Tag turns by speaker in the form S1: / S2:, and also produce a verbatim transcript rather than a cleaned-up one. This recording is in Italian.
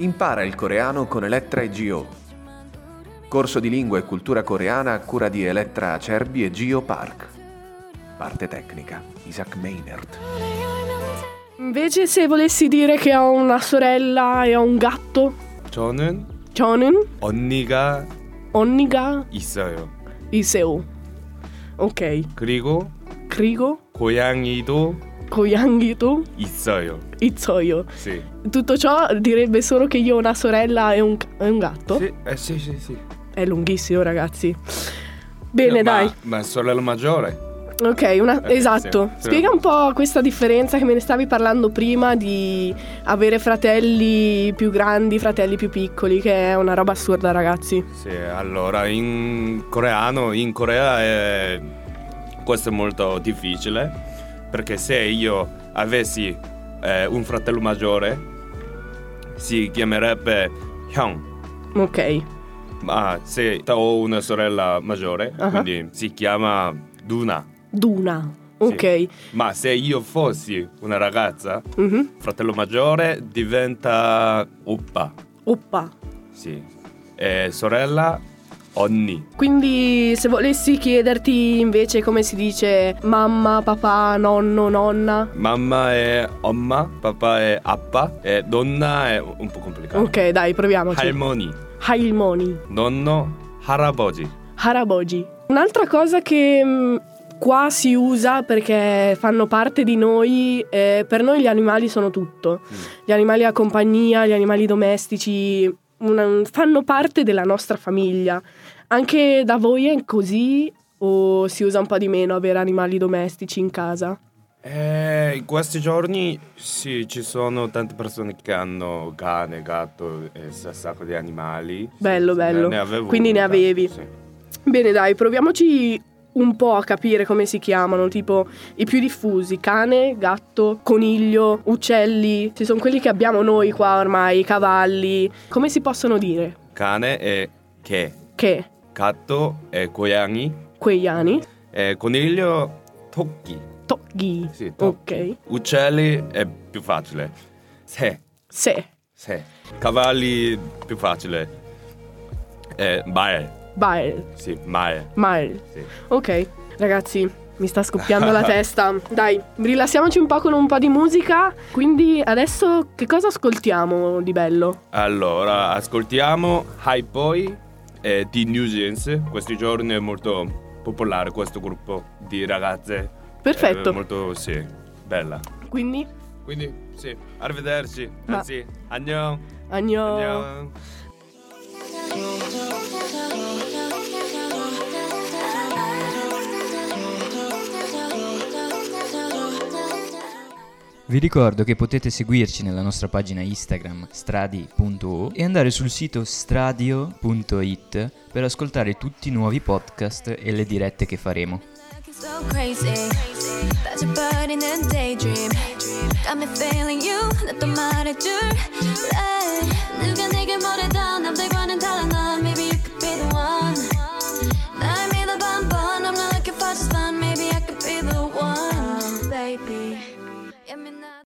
S1: Impara il coreano con Elettra e Gio. Corso di lingua e cultura coreana a cura di Elettra Acerbi e Gio Park. Parte tecnica, Isaac Maynard.
S2: Invece se volessi dire che ho una sorella e ho un gatto,
S3: 저는
S2: 저는
S3: 언니가
S2: 언니가
S3: 있어요.
S2: 있어요. Ok.
S3: 그리고
S2: 그리고
S3: 고양이도
S2: 고양이도
S3: 있어요.
S2: 있어요.
S3: Sì.
S2: Tutto ciò direbbe solo che io ho una sorella e un, e un gatto?
S3: Sì, eh, sì, sì, sì.
S2: È lunghissimo, ragazzi. Bene,
S3: No,
S2: dai.
S3: Ma, ma sorella maggiore.
S2: Ok, una,
S3: Eh,
S2: esatto.
S3: sì,
S2: Spiega
S3: sì.
S2: un po' questa differenza che me ne stavi parlando prima di avere fratelli più grandi, fratelli più piccoli, che è una roba assurda, ragazzi.
S3: Sì, allora in coreano, in Corea è... questo è molto difficile, perché se io avessi eh, un fratello maggiore si chiamerebbe 형.
S2: Ok.
S3: Ma se ho una sorella maggiore,
S2: Uh-huh.
S3: quindi si chiama 누나.
S2: Duna. Ok.
S3: Sì. Ma se io fossi una ragazza,
S2: Mhm.
S3: fratello maggiore diventa oppa.
S2: Oppa.
S3: Sì. E sorella 언니.
S2: Quindi se volessi chiederti invece come si dice mamma, papà, nonno, nonna.
S3: Mamma è 엄마, papà è appa e nonna è un po' complicato.
S2: Ok, dai, proviamoci.
S3: 할머니,
S2: 할머니.
S3: nonno, 할아버지.
S2: Haraboji. Un'altra cosa che mh, qua si usa perché fanno parte di noi, eh, per noi gli animali sono tutto.
S3: Mm.
S2: Gli animali a compagnia, gli animali domestici, una- fanno parte della nostra famiglia. Anche da voi è così o si usa un po' di meno avere animali domestici in casa?
S3: E in questi giorni sì, ci sono tante persone che hanno cane, gatto e un sacco di animali.
S2: Bello,
S3: Sì,
S2: bello.
S3: Ne avevo
S2: Quindi
S3: un
S2: ne
S3: gatto,
S2: avevi.
S3: sì.
S2: Bene, dai, proviamoci un po' a capire come si chiamano, tipo i più diffusi: cane, gatto, coniglio, uccelli. Ci sono quelli che abbiamo noi qua ormai, cavalli. Come si possono dire?
S3: Cane è che,
S2: Che?
S3: gatto è 고양이
S2: Queiani?
S3: e coniglio 토끼.
S2: Toghi.
S3: Sì, totti.
S2: Ok.
S3: Uccelli è più facile. Se,
S2: Se.
S3: se. Cavalli più facile. Eh, 말.
S2: Bael.
S3: Sì, 말.
S2: Mal.
S3: Sì.
S2: Ok. Ragazzi, mi sta scoppiando la testa. Dai, rilassiamoci un po' con un po' di musica. Quindi adesso che cosa ascoltiamo di bello?
S3: Allora, ascoltiamo High Boy eh, di New Jeans. Questi giorni è molto popolare questo gruppo di ragazze.
S2: Perfetto.
S3: È molto, sì, bella.
S2: Quindi,
S3: Quindi, sì, arrivederci.
S2: Ma-
S3: Anzi, 안녕.
S2: agno.
S3: 안녕.
S4: Vi ricordo che potete seguirci nella nostra pagina Instagram stradi punto o e andare sul sito stradio punto it per ascoltare tutti i nuovi podcast e le dirette che faremo.
S5: So crazy, that your body in a daydream. Got me feeling you, 나 또 말해줄래. 누가 내게